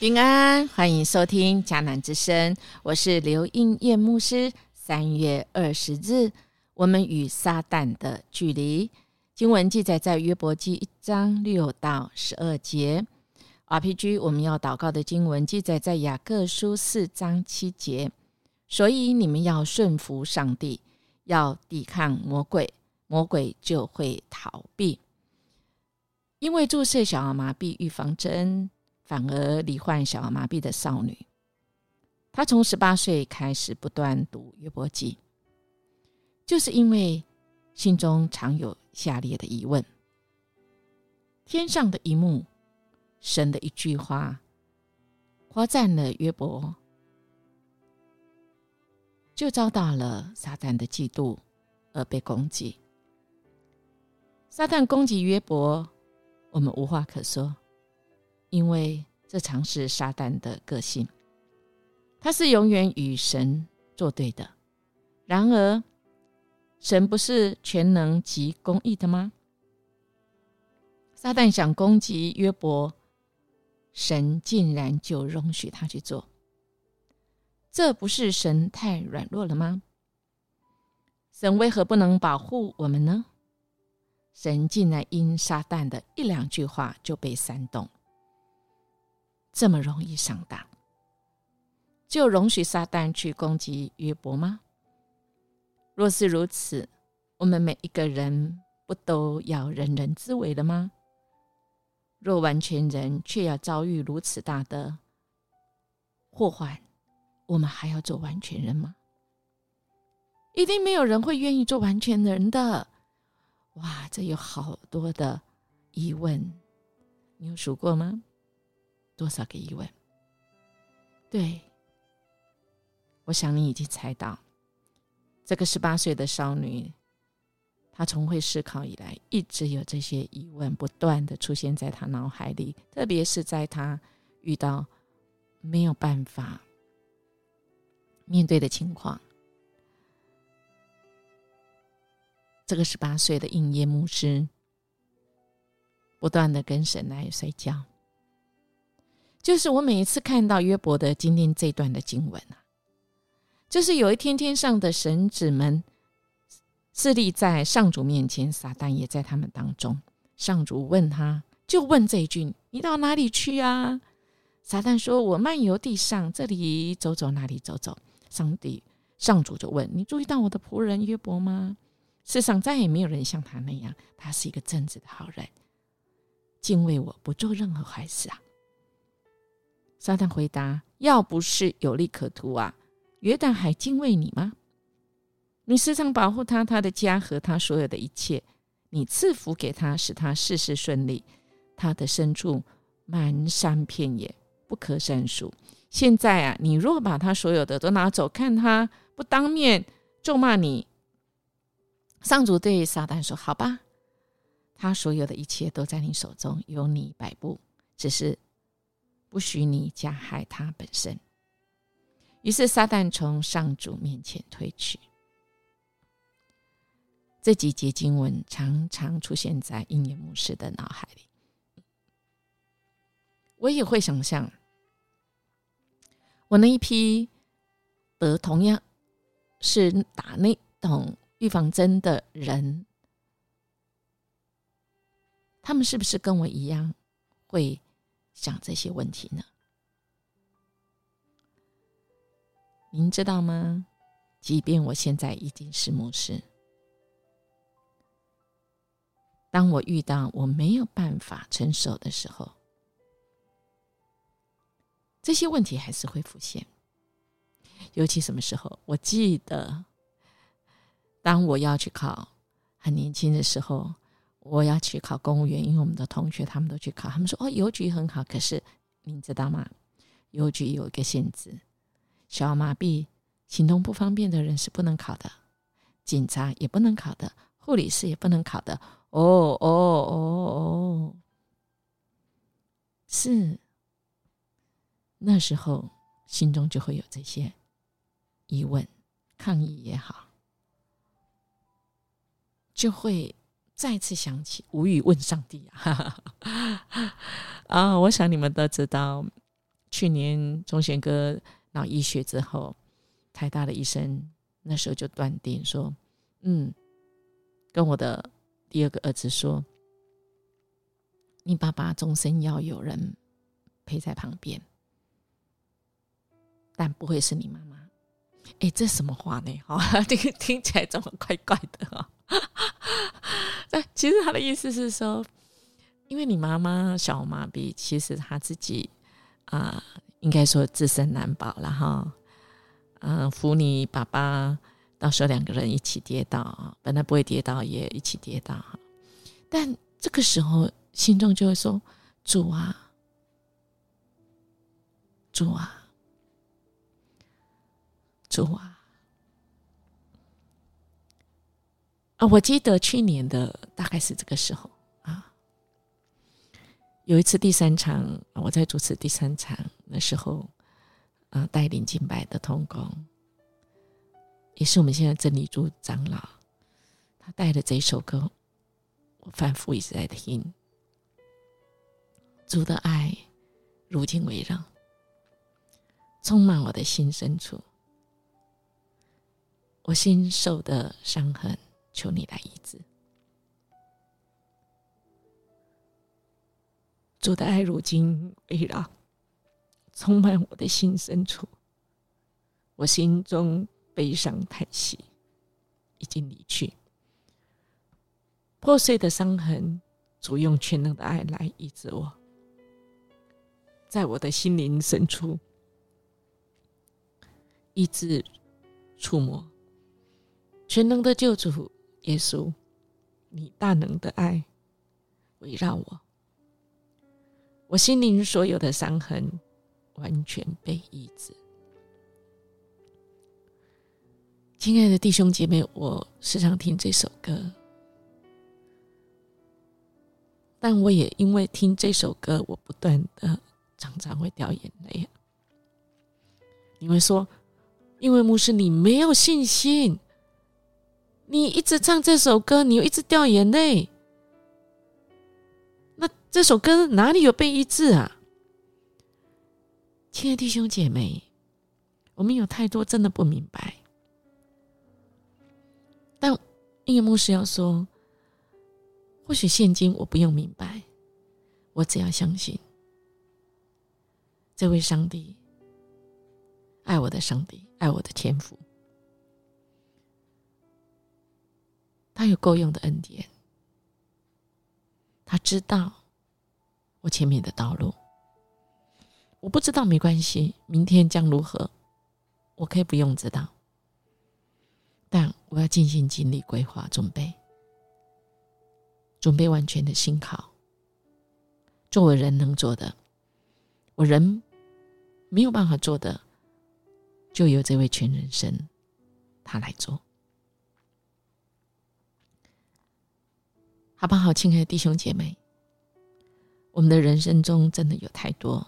平安，欢迎收听迦南之声，我是刘英燕牧师。3月20日，我们与撒旦的距离。经文记载在约伯记1章6到12节。RPG 我们要祷告的经文记载在雅各书4章7节。所以你们要顺服上帝，要抵抗魔鬼，魔鬼就会逃避。因为注射小儿麻痹预防针，反而罹患小儿麻痹的少女，她从18岁开始不断读约伯记，就是因为心中常有下列的疑问：天上的一幕，神的一句话，夸赞了约伯，就遭到了撒旦的嫉妒而被攻击。撒旦攻击约伯，我们无话可说，因为这常是撒旦的个性，他是永远与神作对的。然而神不是全能及公义的吗？撒旦想攻击约伯，神竟然就容许他去做，这不是神太软弱了吗？神为何不能保护我们呢？神竟然因撒旦的1、2句话就被煽动，这么容易上当，就容许撒旦去攻击约伯吗？若是如此，我们每一个人不都要人人自危了吗？若完全人却要遭遇如此大的祸患，我们还要做完全人吗？一定没有人会愿意做完全人的。哇，这有好多的疑问，你有数过吗？多少个疑问？对，我想你已经猜到，这个18岁的少女，她从会思考以来，一直有这些疑问不断的出现在她脑海里，特别是在她遇到没有办法面对的情况。这个18岁的应耶牧师不断的跟神来摔跤，就是我每一次看到约伯的今天这段的经文就是有一天天上的神子们侍立在上主面前，撒旦也在他们当中。上主问他，就问这一句：你到哪里去啊？撒旦说：我漫游地上，这里走走，那里走走。上主就问：你注意到我的仆人约伯吗？世上再也没有人像他那样，他是一个正直的好人，敬畏我，不做任何坏事啊。撒旦回答：要不是有利可图啊，约旦还敬畏你吗？你时常保护他，他的家和他所有的一切，你赐福给他，使他事事顺利，他的牲畜满山遍野，不可胜数。现在你若把他所有的都拿走，看他不当面咒骂你。上主对撒旦说：好吧，他所有的一切都在你手中，由你摆布，只是不许你加害他本身。于是撒旦从上主面前退去。这几节经文常常出现在应耶牧师的脑海里，我也会想象我那一批得同样是打那种预防针的人，他们是不是跟我一样会想这些问题呢？您知道吗？即便我现在已经是牧师，当我遇到我没有办法承受的时候，这些问题还是会浮现。尤其什么时候？我记得当我要去考，很年轻的时候，我要去考公务员，因为我们的同学他们都去考，他们说邮局很好，可是您知道吗？邮局有一个限制，小儿麻痹、行动不方便的人是不能考的，警察也不能考的，护理师也不能考的。是那时候心中就会有这些疑问，抗议也好，就会再次想起无语问上帝我想你们都知道， 去年钟贤哥脑溢血之后，台大的医生那时候就断定说，跟我的第二个儿子说，你爸爸终身要有人陪在旁边，但不会是你妈妈。这什么话呢？这个听起来这么怪怪的但其实他的意思是说，因为你妈妈小儿麻痹，其实他自己应该说自身难保了哈。扶你爸爸，到时候两个人一起跌倒，本来不会跌倒也一起跌倒，但这个时候心中就会说，主啊，主啊，主啊！我记得去年的大概是这个时候有一次第3场，我在主持第3场的时候，带领敬拜的同工，也是我们现在真理主长老，他带的这一首歌，我反复一直在听。主的爱如今围绕，充满我的心深处，我心受的伤痕，求你来医治。主的爱如今围绕，充满我的心深处，我心中悲伤叹息已经离去，破碎的伤痕，主用全能的爱来医治我，在我的心灵深处医治触摸。全能的救主耶稣，你大能的爱围绕我，我心灵所有的伤痕完全被医治。亲爱的弟兄姐妹，我时常听这首歌，但我也因为听这首歌，我不断的常常会掉眼泪。你会说，因为牧师你没有信心，你一直唱这首歌，你又一直掉眼泪，那这首歌哪里有被医治啊？亲爱的弟兄姐妹，我们有太多真的不明白，但因为牧师要说，或许现今我不用明白，我只要相信这位上帝，爱我的上帝，爱我的天父，他有够用的恩典，他知道我前面的道路，我不知道没关系，明天将如何，我可以不用知道，但我要尽心尽力规划准备完全的信靠，做我人能做的，我人没有办法做的，就由这位全能神他来做，好不好？亲爱的弟兄姐妹，我们的人生中真的有太多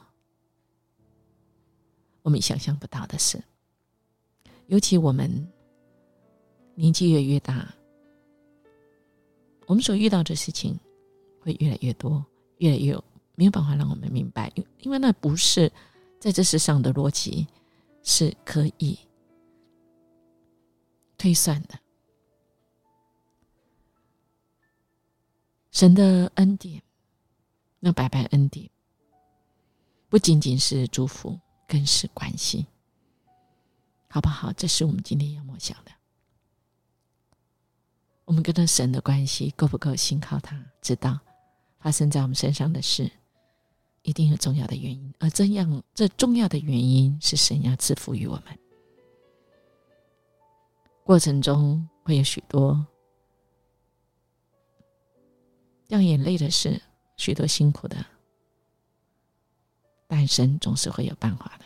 我们想象不到的事，尤其我们年纪越大，我们所遇到的事情会越来越多，越来越没有办法让我们明白，因为那不是在这世上的逻辑是可以推算的。神的恩典，那白白恩典，不仅仅是祝福，更是关系，好不好？这是我们今天要默想的。我们跟着神的关系够不够信靠他，知道发生在我们身上的事一定有重要的原因，而这重要的原因是神要赐福于我们，过程中会有许多掉眼泪的事，许多辛苦的，但神总是会有办法的。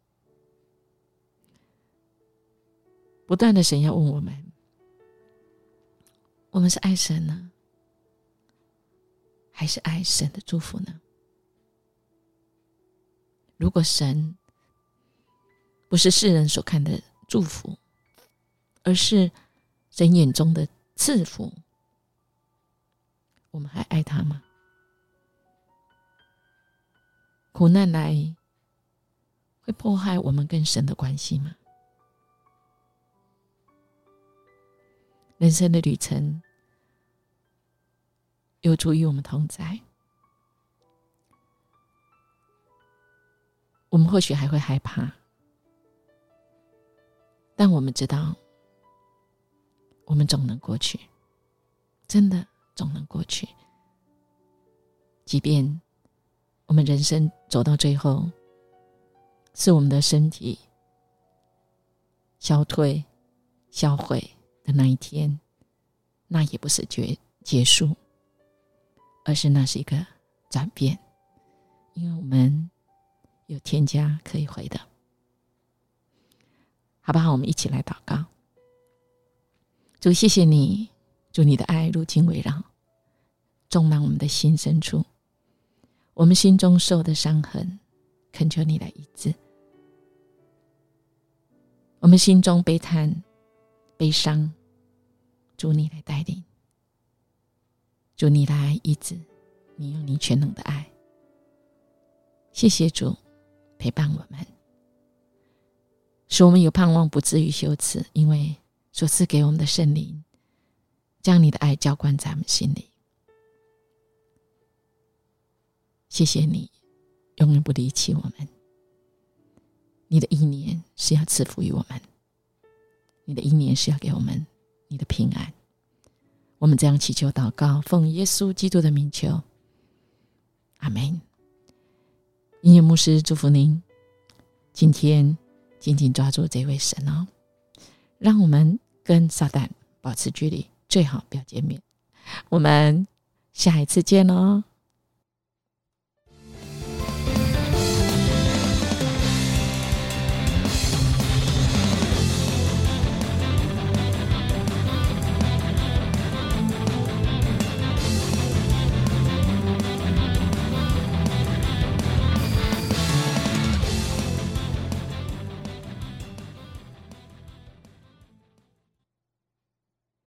不断的神要问我们，我们是爱神呢，还是爱神的祝福呢？如果神不是世人所看的祝福，而是神眼中的赐福，我们还爱他吗？苦难来， 会破坏我们跟神的关系吗？人生的旅程有主与我们同在，我们或许还会害怕，但我们知道我们总能过去，真的总能过去。即便我们人生走到最后，是我们的身体消退销毁的那一天，那也不是结束，而是那是一个转变，因为我们有天家可以回的。好不好？我们一起来祷告。主，谢谢你，主，你的爱如今围绕，充满我们的心深处，我们心中受的伤痕，恳求你来医治。我们心中悲叹悲伤，主你来带领，主你来医治，你用你全能的爱。谢谢主陪伴我们，使我们有盼望，不至于羞耻，因为所赐给我们的圣灵将你的爱浇灌在我们心里。谢谢你永远不离弃我们，你的意念是要赐福于我们，你的意念是要给我们你的平安。我们这样祈求祷告，奉耶稣基督的名求，阿们。音乐牧师祝福您，今天紧紧抓住这位神哦，让我们跟撒旦保持距离，最好不要见面。我们下一次见哦。